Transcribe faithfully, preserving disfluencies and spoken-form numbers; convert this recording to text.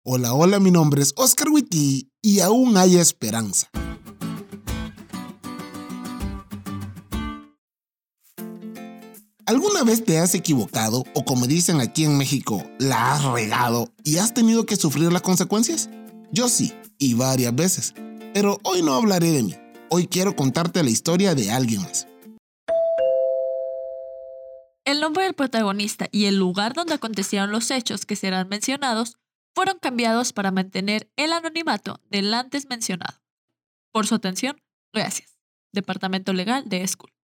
Hola, hola, mi nombre es Oscar Witty y aún hay esperanza. ¿Alguna vez te has equivocado o, como dicen aquí en México, la has regado y has tenido que sufrir las consecuencias? Yo sí, y varias veces. Pero hoy no hablaré de mí. Hoy quiero contarte la historia de alguien más. El nombre del protagonista y el lugar donde acontecieron los hechos que serán mencionados fueron cambiados para mantener el anonimato del antes mencionado. Por su atención, gracias. Departamento Legal de School.